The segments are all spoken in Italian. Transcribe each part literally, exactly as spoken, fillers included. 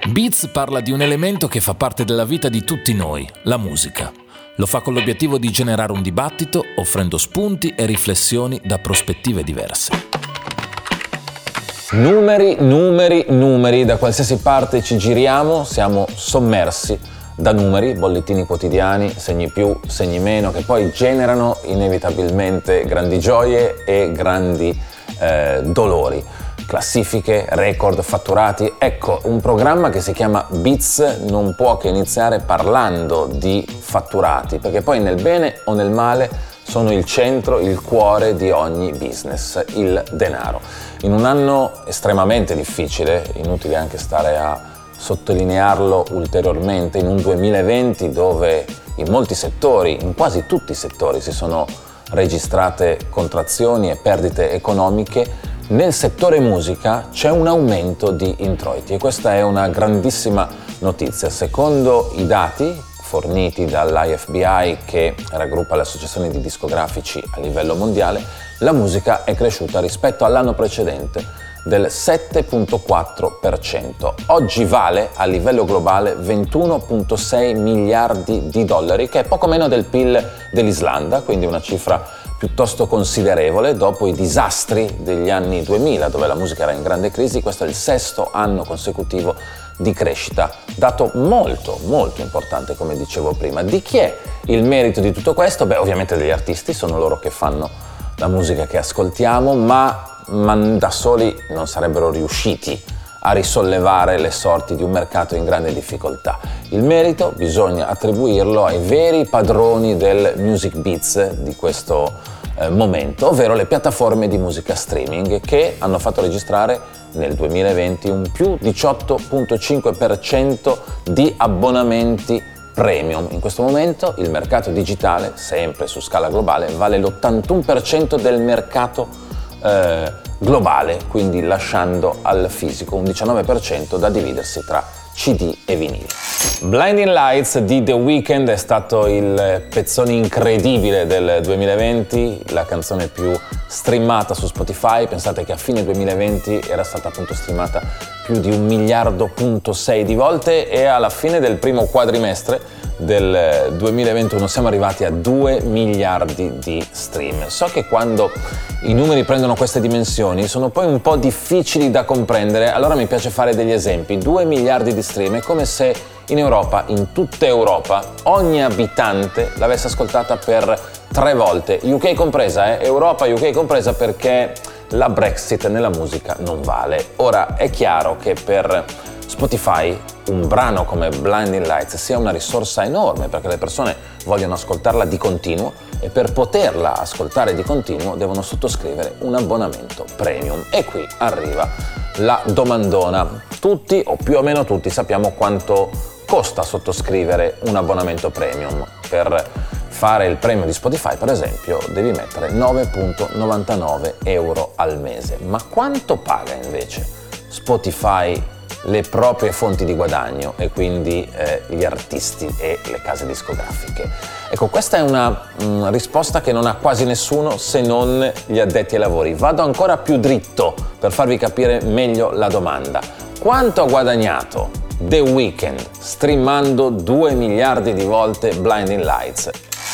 Beats parla di un elemento che fa parte della vita di tutti noi, la musica. Lo fa con l'obiettivo di generare un dibattito, offrendo spunti e riflessioni da prospettive diverse. Numeri, numeri, numeri, da qualsiasi parte ci giriamo siamo sommersi da numeri, bollettini quotidiani, segni più, segni meno, che poi generano inevitabilmente grandi gioie e grandi eh, dolori. Classifiche, record, fatturati. Ecco, un programma che si chiama Beats non può che iniziare parlando di fatturati, perché poi nel bene o nel male sono il centro, il cuore di ogni business, il denaro. In un anno estremamente difficile, inutile anche stare a sottolinearlo ulteriormente, in un duemilaventi dove in molti settori, in quasi tutti i settori, si sono registrate contrazioni e perdite economiche, nel settore musica c'è un aumento di introiti e questa è una grandissima notizia. Secondo i dati forniti dall'I F B I, che raggruppa le associazioni di discografici a livello mondiale, la musica è cresciuta rispetto all'anno precedente del sette virgola quattro per cento. Oggi vale a livello globale ventuno virgola sei miliardi di dollari, che è poco meno del P I L dell'Islanda, quindi una cifra piuttosto considerevole. Dopo i disastri degli anni duemila, dove la musica era in grande crisi, questo è il sesto anno consecutivo di crescita, dato molto molto importante, come dicevo prima. Di chi è il merito di tutto questo? Beh, ovviamente degli artisti, sono loro che fanno la musica che ascoltiamo, ma, ma da soli non sarebbero riusciti a risollevare le sorti di un mercato in grande difficoltà. Il merito bisogna attribuirlo ai veri padroni del music beats di questo eh, momento, ovvero le piattaforme di musica streaming, che hanno fatto registrare nel duemilaventi un più diciotto virgola cinque per cento di abbonamenti premium. In questo momento il mercato digitale, sempre su scala globale, vale l'ottantuno per cento del mercato eh, globale, quindi lasciando al fisico un diciannove per cento da dividersi tra C D e vinili. Blinding Lights di The Weeknd è stato il pezzone incredibile del duemilaventi, la canzone più streamata su Spotify. Pensate che a fine duemilaventi era stata appunto streamata più di un miliardo punto sei di volte e alla fine del primo quadrimestre del duemilaventuno siamo arrivati a due miliardi di stream. So che quando i numeri prendono queste dimensioni sono poi un po' difficili da comprendere, allora mi piace fare degli esempi. due miliardi di stream è come se in Europa, in tutta Europa, ogni abitante l'avesse ascoltata per tre volte, U K compresa, eh? Europa, U K compresa, perché la Brexit nella musica non vale. Ora è chiaro che per Spotify un brano come Blinding Lights sia una risorsa enorme, perché le persone vogliono ascoltarla di continuo e per poterla ascoltare di continuo devono sottoscrivere un abbonamento premium. E qui arriva la domandona. Tutti, o più o meno tutti, sappiamo quanto costa sottoscrivere un abbonamento premium. Per fare il premio di Spotify, per esempio, devi mettere nove virgola novantanove euro al mese. Ma quanto paga invece Spotify le proprie fonti di guadagno e quindi eh, gli artisti e le case discografiche? Ecco, questa è una mh, risposta che non ha quasi nessuno se non gli addetti ai lavori. Vado ancora più dritto per farvi capire meglio la domanda. Quanto ha guadagnato The Weeknd streamando due miliardi di volte Blinding Lights?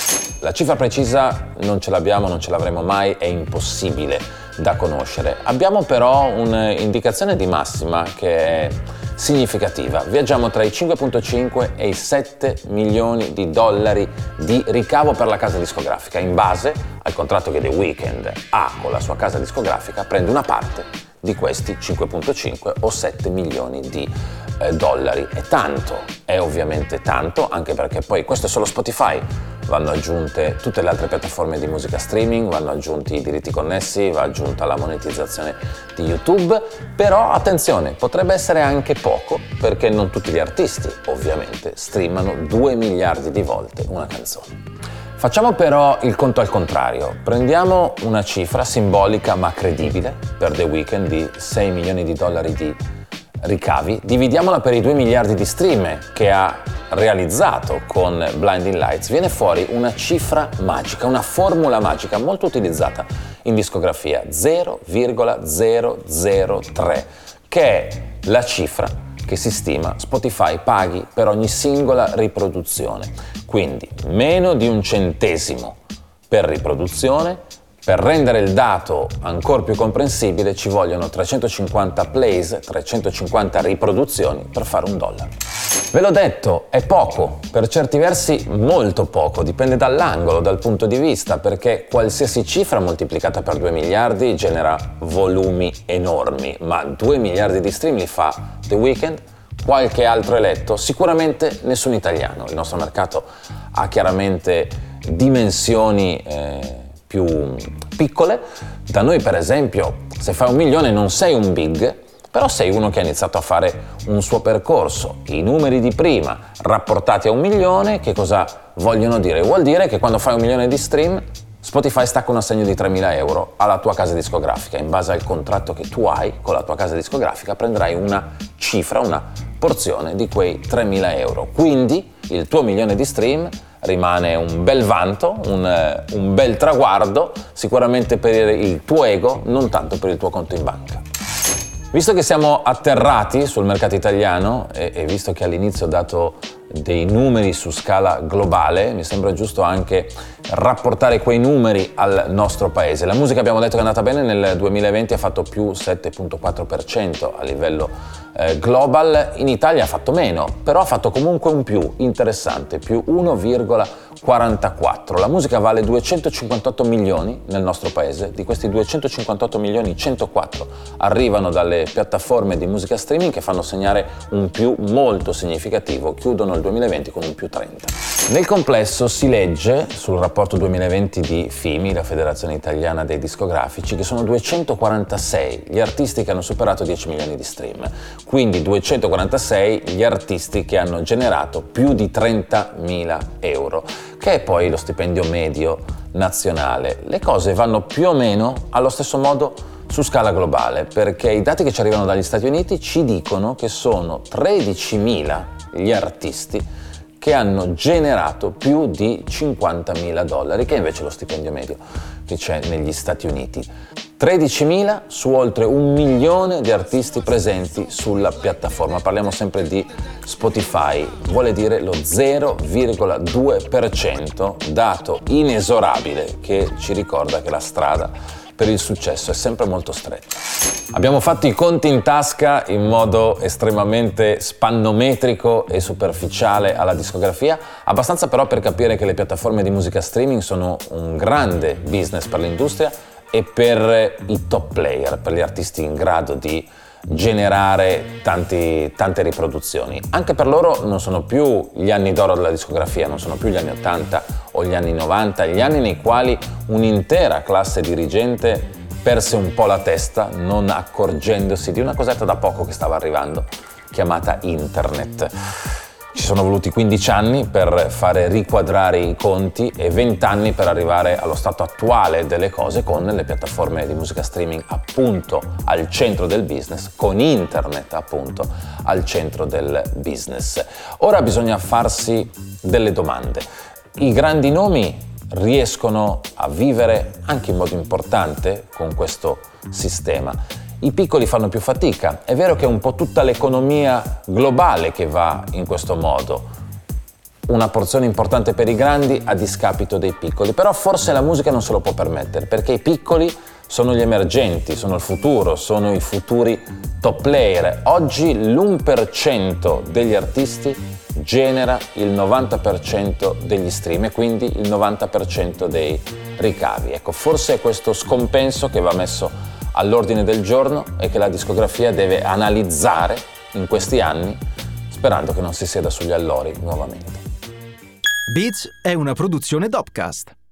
La cifra precisa non ce l'abbiamo, non ce l'avremo mai, è impossibile da conoscere. Abbiamo però un'indicazione di massima che è significativa. Viaggiamo tra i cinque virgola cinque e i sette milioni di dollari di ricavo per la casa discografica. In base al contratto che The Weeknd ha con la sua casa discografica, prende una parte di questi cinque virgola cinque o sette milioni di eh, dollari. È tanto, è ovviamente tanto, anche perché poi questo è solo Spotify. Vanno aggiunte tutte le altre piattaforme di musica streaming, vanno aggiunti i diritti connessi, va aggiunta la monetizzazione di YouTube, però attenzione, potrebbe essere anche poco, perché non tutti gli artisti ovviamente streamano due miliardi di volte una canzone. Facciamo però il conto al contrario, prendiamo una cifra simbolica ma credibile per The Weeknd di sei milioni di dollari di ricavi, dividiamola per i due miliardi di stream che ha realizzato con Blinding Lights, viene fuori una cifra magica, una formula magica molto utilizzata in discografia, zero virgola zero zero tre, che è la cifra che si stima Spotify paghi per ogni singola riproduzione. Quindi meno di un centesimo per riproduzione. Per rendere il dato ancora più comprensibile ci vogliono trecentocinquanta plays, trecentocinquanta riproduzioni per fare un dollaro. Ve l'ho detto, è poco, per certi versi molto poco, dipende dall'angolo, dal punto di vista, perché qualsiasi cifra moltiplicata per due miliardi genera volumi enormi, ma due miliardi di stream li fa The Weeknd, qualche altro eletto, sicuramente nessun italiano. Il nostro mercato ha chiaramente dimensioni eh, più piccole. Da noi, per esempio, se fai un milione non sei un big, però sei uno che ha iniziato a fare un suo percorso. I numeri di prima rapportati a un milione, che cosa vogliono dire? Vuol dire che quando fai un milione di stream, Spotify stacca un assegno di tremila euro alla tua casa discografica. In base al contratto che tu hai con la tua casa discografica prenderai una cifra, una porzione di quei tremila euro. Quindi il tuo milione di stream rimane un bel vanto, un, un bel traguardo, sicuramente per il tuo ego, non tanto per il tuo conto in banca. Visto che siamo atterrati sul mercato italiano e, e visto che all'inizio ho dato dei numeri su scala globale, mi sembra giusto anche rapportare quei numeri al nostro paese. La musica, abbiamo detto che è andata bene, nel duemilaventi ha fatto più sette virgola quattro per cento a livello eh, global, in Italia ha fatto meno, però ha fatto comunque un più interessante, più uno virgola quarantaquattro. La musica vale duecentocinquantotto milioni nel nostro paese, di questi duecentocinquantotto milioni centoquattro arrivano dalle piattaforme di musica streaming che fanno segnare un più molto significativo, chiudono il duemilaventi con un più trenta. Nel complesso si legge sul rapporto duemilaventi di F I M I, la Federazione Italiana dei Discografici, che sono duecentoquarantasei gli artisti che hanno superato dieci milioni di stream, quindi duecentoquarantasei gli artisti che hanno generato più di trentamila euro, che è poi lo stipendio medio nazionale. Le cose vanno più o meno allo stesso modo su scala globale, perché i dati che ci arrivano dagli Stati Uniti ci dicono che sono tredicimila gli artisti che hanno generato più di cinquantamila dollari, che è invece lo stipendio medio che c'è negli Stati Uniti. tredicimila su oltre un milione di artisti presenti sulla piattaforma. Parliamo sempre di Spotify, vuole dire lo zero virgola due per cento, dato inesorabile che ci ricorda che la strada per il successo è sempre molto stretta. Abbiamo fatto i conti in tasca in modo estremamente spannometrico e superficiale alla discografia, abbastanza però per capire che le piattaforme di musica streaming sono un grande business per l'industria e per i top player, per gli artisti in grado di generare tanti, tante riproduzioni. Anche per loro non sono più gli anni d'oro della discografia, non sono più gli anni ottanta o gli anni novanta, gli anni nei quali un'intera classe dirigente perse un po' la testa non accorgendosi di una cosetta da poco che stava arrivando, chiamata internet. Ci sono voluti quindici anni per fare riquadrare i conti e venti anni per arrivare allo stato attuale delle cose, con le piattaforme di musica streaming appunto al centro del business, con internet appunto al centro del business. Ora bisogna farsi delle domande. I grandi nomi riescono a vivere anche in modo importante con questo sistema. I piccoli fanno più fatica. È vero che è un po' tutta l'economia globale che va in questo modo. Una porzione importante per i grandi a discapito dei piccoli, però forse la musica non se lo può permettere, perché i piccoli sono gli emergenti, sono il futuro, sono i futuri top player. Oggi l'uno per cento degli artisti genera il novanta per cento degli stream e quindi il novanta per cento dei ricavi. Ecco, forse è questo scompenso che va messo all'ordine del giorno e che la discografia deve analizzare in questi anni, sperando che non si sieda sugli allori nuovamente. Beats è una produzione Dopcast.